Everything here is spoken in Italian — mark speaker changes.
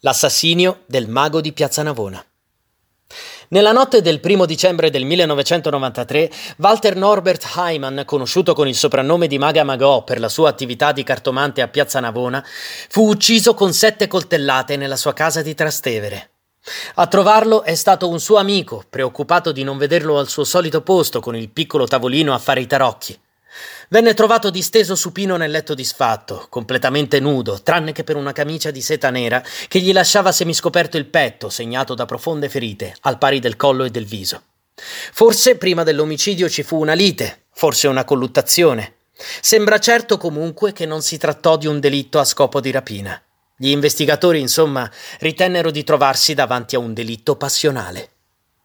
Speaker 1: L'assassinio del mago di Piazza Navona. Nella notte del 1° dicembre del 1993, Walter Norbert Heimann, conosciuto con il soprannome di Maga Magò per la sua attività di cartomante a Piazza Navona, fu ucciso con 7 coltellate nella sua casa di Trastevere. A trovarlo è stato un suo amico, preoccupato di non vederlo al suo solito posto con il piccolo tavolino a fare i tarocchi. Venne trovato disteso supino nel letto disfatto, completamente nudo, tranne che per una camicia di seta nera che gli lasciava semiscoperto il petto, segnato da profonde ferite, al pari del collo e del viso. Forse prima dell'omicidio ci fu una lite, forse una colluttazione. Sembra certo comunque che non si trattò di un delitto a scopo di rapina. Gli investigatori, insomma, ritennero di trovarsi davanti a un delitto passionale.